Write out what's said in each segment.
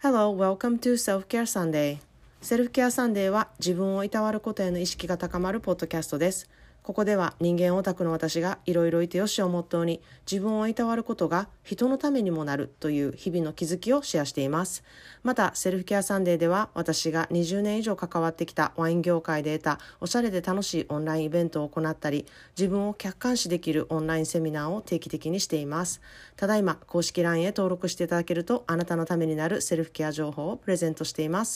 Hello, welcome to Self-Care Sunday. セルフケアサンデーは自分をいたわることへの意識が高まるポッドキャストです。ここでは人間オタクの私がいろいろいてよしをモットーに自分をいたわることが人のためにもなるという日々の気づきをシェアしています。またセルフケアサンデーでは私が20年以上関わってきたワイン業界で得たおしゃれで楽しいオンラインイベントを行ったり、自分を客観視できるオンラインセミナーを定期的にしています。ただいま公式 LINE へ登録していただけるとあなたのためになるセルフケア情報をプレゼントしています。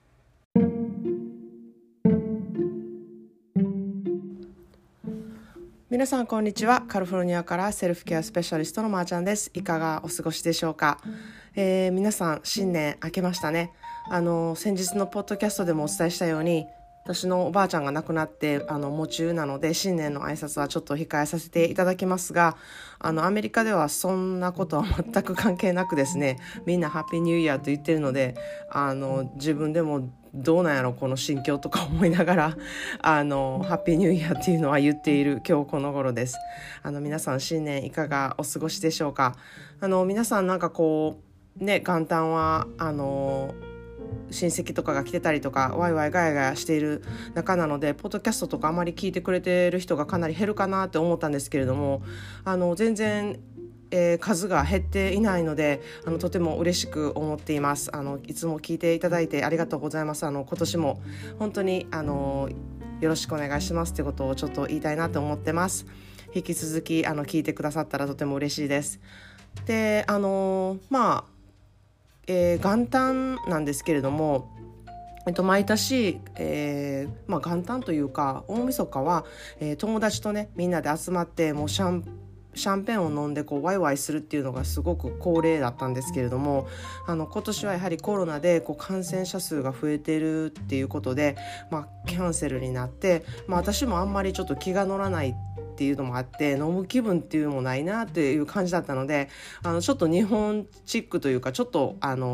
皆さんこんにちは。カリフォルニアからセルフケアスペシャリストのまーちゃんです。いかがお過ごしでしょうか。皆さん新年明けましたね。先日のポッドキャストでもお伝えしたように、私のおばあちゃんが亡くなって喪中なので新年の挨拶はちょっと控えさせていただきますが、アメリカではそんなことは全く関係なくですね、みんなハッピーニューイヤーと言ってるので、自分でもどうなんやろこの心境とか思いながらハッピーニューイヤーっていうのは言っている今日この頃です。皆さん新年いかがお過ごしでしょうか。皆さんなんかこうね、元旦は親戚とかが来てたりとかワイワイガヤガヤしている中なので、ポッドキャストとかあまり聞いてくれてる人がかなり減るかなって思ったんですけれども、全然数が減っていないのでとても嬉しく思っています。いつも聞いていただいてありがとうございます。今年も本当によろしくお願いしますってことをちょっと言いたいなと思ってます。引き続き聞いてくださったらとても嬉しいです。で元旦なんですけれども、毎年、元旦というか大晦日は、友達とねみんなで集まってもうシャンペンを飲んでこうワイワイするっていうのがすごく恒例だったんですけれども、今年はやはりコロナでこう感染者数が増えてるっていうことで、キャンセルになって、私もあんまりちょっと気が乗らないっていうのもあって飲む気分っていうのもないなっていう感じだったので、ちょっと日本チックというかちょっと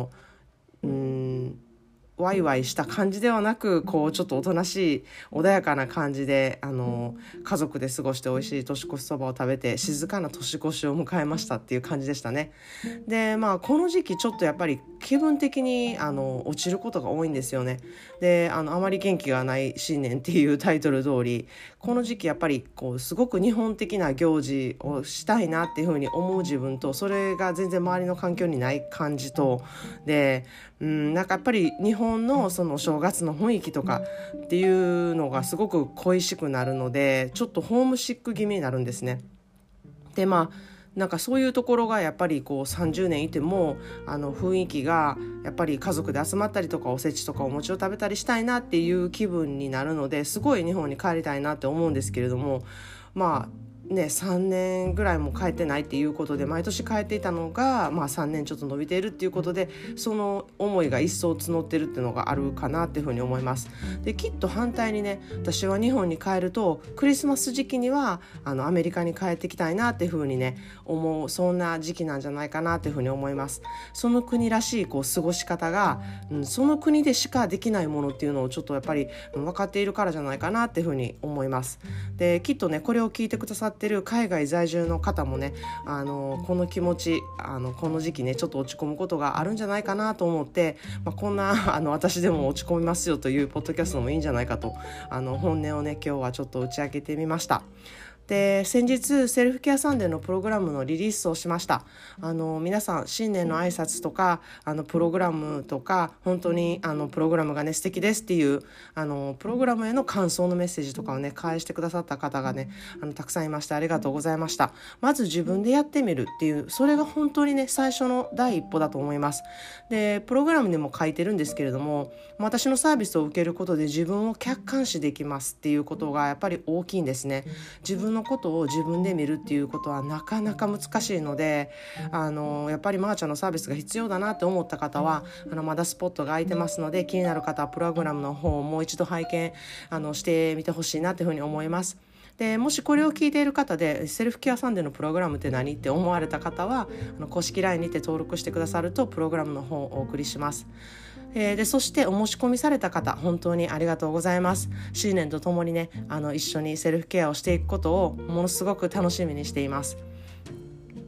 ワイワイした感じではなく、こうちょっとおとなしい穏やかな感じで家族で過ごして美味しい年越しそばを食べて静かな年越しを迎えましたっていう感じでしたね。でこの時期ちょっとやっぱり気分的に落ちることが多いんですよね。であまり元気がない新年っていうタイトル通り、この時期やっぱりこうすごく日本的な行事をしたいなっていうふうに思う自分と、それが全然周りの環境にない感じとで、なんかやっぱり日本のその正月の雰囲気とかっていうのがすごく恋しくなるので、ちょっとホームシック気味になるんですね。でなんかそういうところがやっぱりこう30年いても雰囲気がやっぱり家族で集まったりとかおせちとかお餅を食べたりしたいなっていう気分になるので、すごい日本に帰りたいなって思うんですけれども、3年ぐらいも帰ってないっていうことで毎年帰っていたのが、3年ちょっと伸びているっていうことで、その思いが一層募ってるっていうのがあるかなっていうふうに思います。できっと反対にね、私は日本に帰るとクリスマス時期にはアメリカに帰ってきたいなっていうふうにね思う、そんな時期なんじゃないかなっていうふうに思います。その国らしいこう過ごし方が、その国でしかできないものっていうのをちょっとやっぱり分かっているからじゃないかなっていうふうに思います。できっとねこれを聞いてくださってる海外在住の方もねこの気持ちこの時期ねちょっと落ち込むことがあるんじゃないかなと思って、こんな私でも落ち込みますよというポッドキャストもいいんじゃないかと本音をね今日はちょっと打ち明けてみました。で先日セルフケアサンデーのプログラムのリリースをしました。皆さん新年の挨拶とかプログラムとか本当にプログラムがね素敵ですっていうプログラムへの感想のメッセージとかをね返してくださった方がねたくさんいましてありがとうございました。まず自分でやってみるっていう、それが本当にね最初の第一歩だと思います。でプログラムでも書いてるんですけれども、私のサービスを受けることで自分を客観視できますっていうことがやっぱり大きいんですね。自分のことを自分で見るっていうことはなかなか難しいので、やっぱりまーちゃんのサービスが必要だなって思った方はまだスポットが空いてますので、気になる方はプログラムの方をもう一度拝見してみてほしいなというふうに思います。でもしこれを聞いている方でセルフケアサンデーのプログラムって何って思われた方は公式 LINE にて登録してくださるとプログラムの方をお送りします。でそしてお申し込みされた方本当にありがとうございます。新年とともにね一緒にセルフケアをしていくことをものすごく楽しみにしています。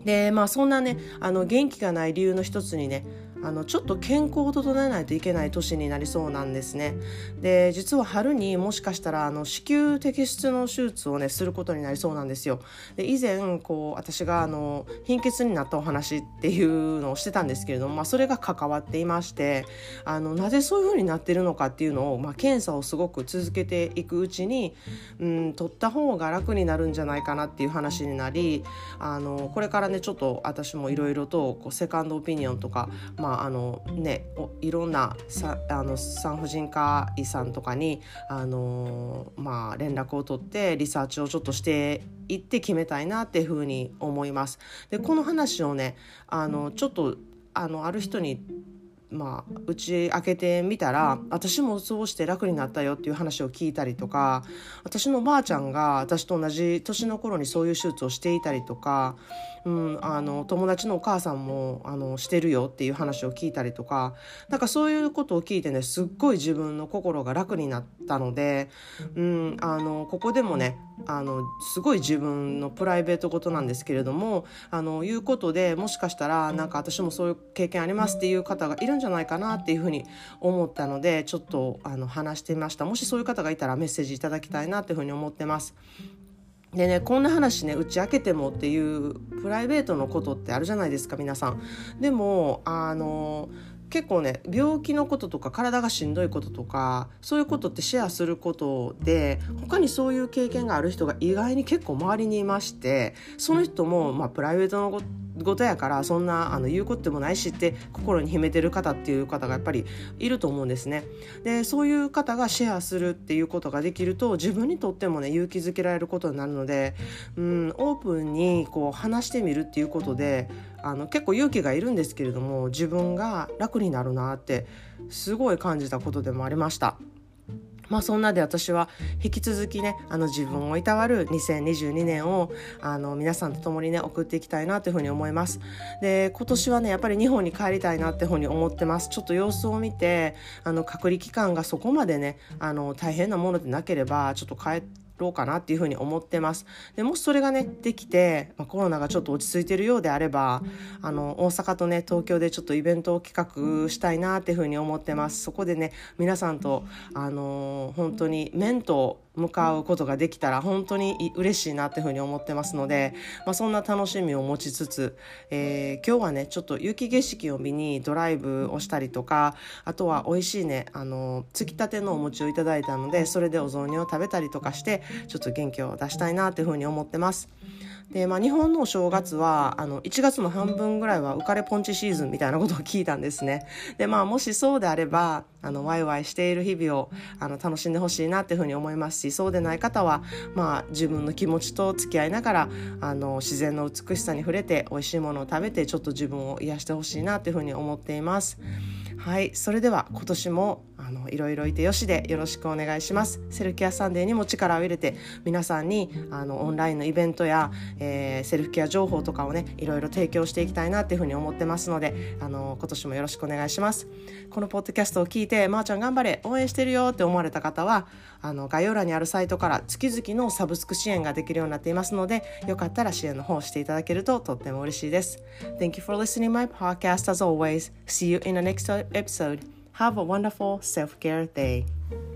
でそんなね元気がない理由の一つにねちょっと健康を整えないといけない年になりそうなんですね。で実は春にもしかしたら子宮摘出の手術をねすることになりそうなんですよ。で以前私が貧血になったお話っていうのをしてたんですけれども、それが関わっていまして、なぜそういう風になってるのかっていうのを、検査をすごく続けていくうちに取った方が楽になるんじゃないかなっていう話になり、これからねちょっと私もいろいろとセカンドオピニオンとかいろんな産婦人科医さんとかに連絡を取ってリサーチをちょっとしていって決めたいなっていうふうに思います。でこの話をねちょっとある人に打ち明けてみたら、私もそうして楽になったよっていう話を聞いたりとか、私のばあちゃんが私と同じ年の頃にそういう手術をしていたりとか、友達のお母さんもしてるよっていう話を聞いたりとか、なんかそういうことを聞いてねすっごい自分の心が楽になったので、ここでもねすごい自分のプライベートことなんですけれどもいうことで、もしかしたらなんか私もそういう経験ありますっていう方がいるんじゃないかなっていうふうに思ったので、ちょっと話してみました。もしそういう方がいたらメッセージいただきたいなっていうふうに思ってます。でね、こんな話ね打ち明けてもっていうプライベートのことってあるじゃないですか皆さん。でも結構ね病気のこととか体がしんどいこととかそういうことってシェアすることで、他にそういう経験がある人が意外に結構周りにいまして、その人もプライベートのことやからそんな言うことでもないしって心に秘めてる方っていう方がやっぱりいると思うんですね。でそういう方がシェアするっていうことができると自分にとってもね勇気づけられることになるので、オープンに話してみるっていうことで結構勇気がいるんですけれども、自分が楽になるなってすごい感じたことでもありました。そんなで私は引き続きね自分をいたわる2022年を皆さんと共にね送っていきたいなというふうに思います。で今年はねやっぱり日本に帰りたいなっていうふうに思ってます。ちょっと様子を見て隔離期間がそこまでね大変なものでなければちょっと帰ろうかなっていうふうに思ってます。でもしそれがねできて、コロナがちょっと落ち着いているようであれば大阪とね東京でちょっとイベントを企画したいなっていうふうに思ってます。そこでね皆さんと本当に面と向かうことができたら本当に嬉しいなっていうふうに思ってますので、そんな楽しみを持ちつつ、今日はねちょっと雪景色を見にドライブをしたりとか、あとは美味しいねつきたてのお餅をいただいたのでそれでお雑煮を食べたりとかしてちょっと元気を出したいなっていうふうに思ってます。で日本のお正月は1月の半分ぐらいは浮かれポンチシーズンみたいなことを聞いたんですね。でもしそうであればワイワイしている日々を楽しんでほしいなっていうふうに思いますし、そうでない方は自分の気持ちと付き合いながら自然の美しさに触れて美味しいものを食べてちょっと自分を癒してほしいなっていうふうに思っています。はい、それでは今年もいろいろいてよしでよろしくお願いします。セルフケアサンデーにも力を入れて皆さんにオンラインのイベントや、セルフケア情報とかをねいろいろ提供していきたいなっていうふうに思ってますので今年もよろしくお願いします。このポッドキャストを聞いてまーちゃん頑張れ応援してるよって思われた方は概要欄にあるサイトから月々のサブスク支援ができるようになっていますので、よかったら支援の方していただけるととっても嬉しいです。 Thank you for listening my podcast as always. See you in the next episode. Have a wonderful self-care day.